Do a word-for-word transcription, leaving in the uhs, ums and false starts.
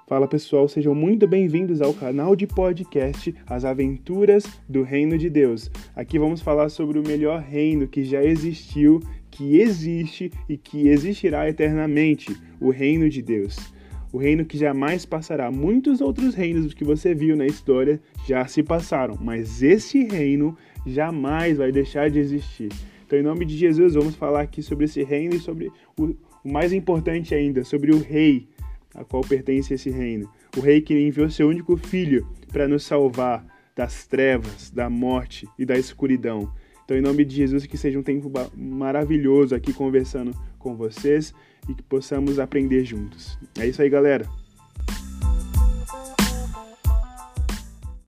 Fala pessoal, sejam muito bem-vindos ao canal de podcast As Aventuras do Reino de Deus. Aqui vamos falar sobre o melhor reino que já existiu, que existe e que existirá eternamente, o Reino de Deus. O reino que jamais passará. Muitos outros reinos que você viu na história já se passaram, mas esse reino jamais vai deixar de existir. Então, em nome de Jesus, vamos falar aqui sobre esse reino e sobre o, o mais importante ainda, sobre o rei a qual pertence esse reino. O rei que enviou seu único filho para nos salvar das trevas, da morte e da escuridão. Então, em nome de Jesus, que seja um tempo maravilhoso aqui conversando com vocês e que possamos aprender juntos. É isso aí, galera.